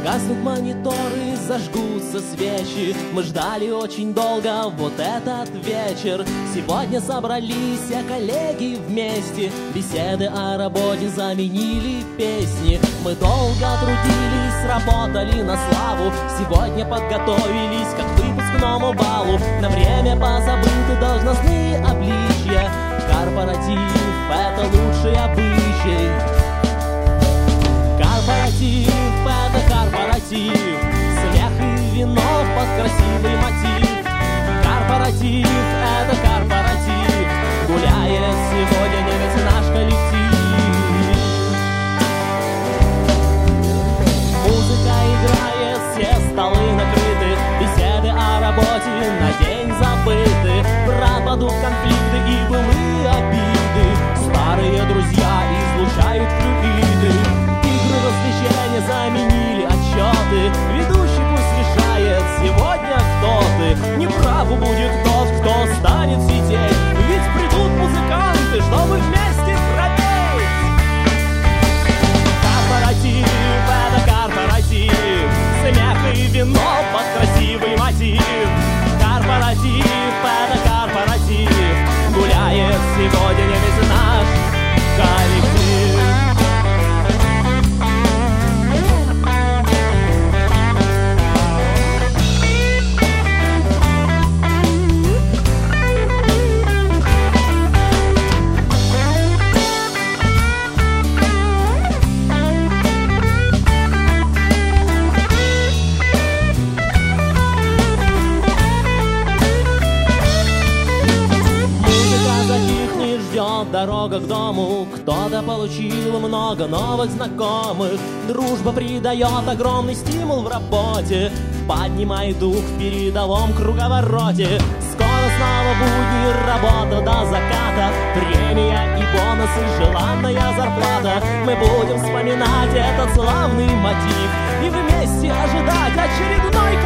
Погаснут мониторы, зажгутся свечи. Мы ждали очень долго вот этот вечер. Сегодня собрались все коллеги вместе. Беседы о работе заменили песни. Мы долго трудились, работали на славу. Сегодня подготовились как к выпускному балу. На время позабыты должностные обличья. Корпоратив — это лучший обычай. Корпоратив — это корпоратив. Смех и вино под красивый мотив. Корпоратив — это корпоратив. Гуляет сегодня не весь наш коллектив. Музыка играет, все столы накрыты. Беседы о работе на день забыты. Пропадут конфликты и былые обиды. Старые друзья излучают флюиды. Развлечения заменили отчеты. Ведущий пусть решает сегодня, кто ты. Неправу будет тот, кто станет сидеть. Ведь придут музыканты, чтобы вместе пропеть. Корпоратив — это корпоратив. Смех и вино под красивый мотив. Корпоратив — это корпоратив. Гуляет сегодня не весь наш коллектив. Дорога к дому, кто-то получил много новых знакомых. Дружба придает огромный стимул в работе, поднимает дух в передовом круговороте. Скоро снова будни, работа до заката, премия и бонусы, желанная зарплата. Мы будем вспоминать этот славный мотив и вместе ожидать очередной